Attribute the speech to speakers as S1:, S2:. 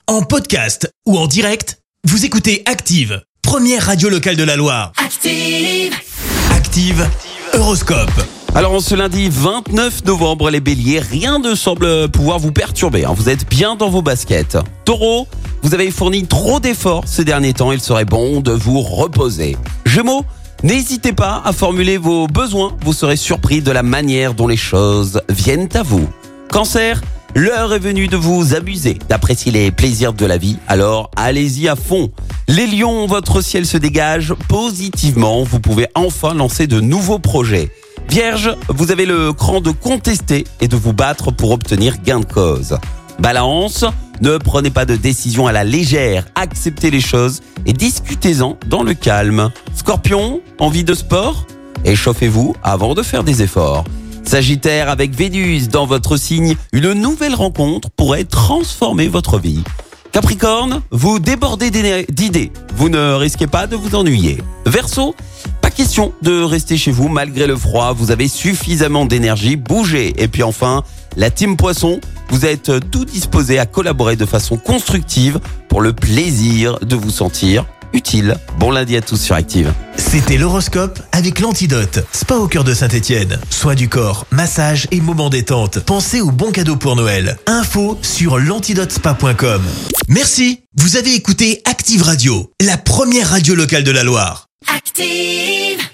S1: En podcast ou en direct, vous écoutez Active, première radio locale de la Loire. Active, Active Horoscope.
S2: Alors en ce lundi 29 novembre, les béliers, rien ne semble pouvoir vous perturber. Vous êtes bien dans vos baskets. Taureau, vous avez fourni trop d'efforts ces derniers temps, il serait bon de vous reposer. Gémeaux, n'hésitez pas à formuler vos besoins, vous serez surpris de la manière dont les choses viennent à vous. Cancer, l'heure est venue de vous amuser, d'apprécier les plaisirs de la vie, alors allez-y à fond. Les lions, votre ciel se dégage positivement, vous pouvez enfin lancer de nouveaux projets. Vierge, vous avez le cran de contester et de vous battre pour obtenir gain de cause. Balance, ne prenez pas de décision à la légère, acceptez les choses et discutez-en dans le calme. Scorpion, envie de sport ? Échauffez-vous avant de faire des efforts. Sagittaire, avec Vénus dans votre signe, une nouvelle rencontre pourrait transformer votre vie. Capricorne, vous débordez d'idées, vous ne risquez pas de vous ennuyer. Verseau, pas question de rester chez vous malgré le froid, vous avez suffisamment d'énergie, bougez. Et puis enfin, la team Poisson, vous êtes tout disposé à collaborer de façon constructive pour le plaisir de vous sentir utile. Bon lundi à tous sur Active.
S1: C'était l'horoscope avec l'Antidote, spa au cœur de Saint-Étienne. Soins du corps, massage et moments détente. Pensez aux bons cadeaux pour Noël. Info sur l'antidotespa.com. Merci, vous avez écouté Active Radio, la première radio locale de la Loire.
S3: Active!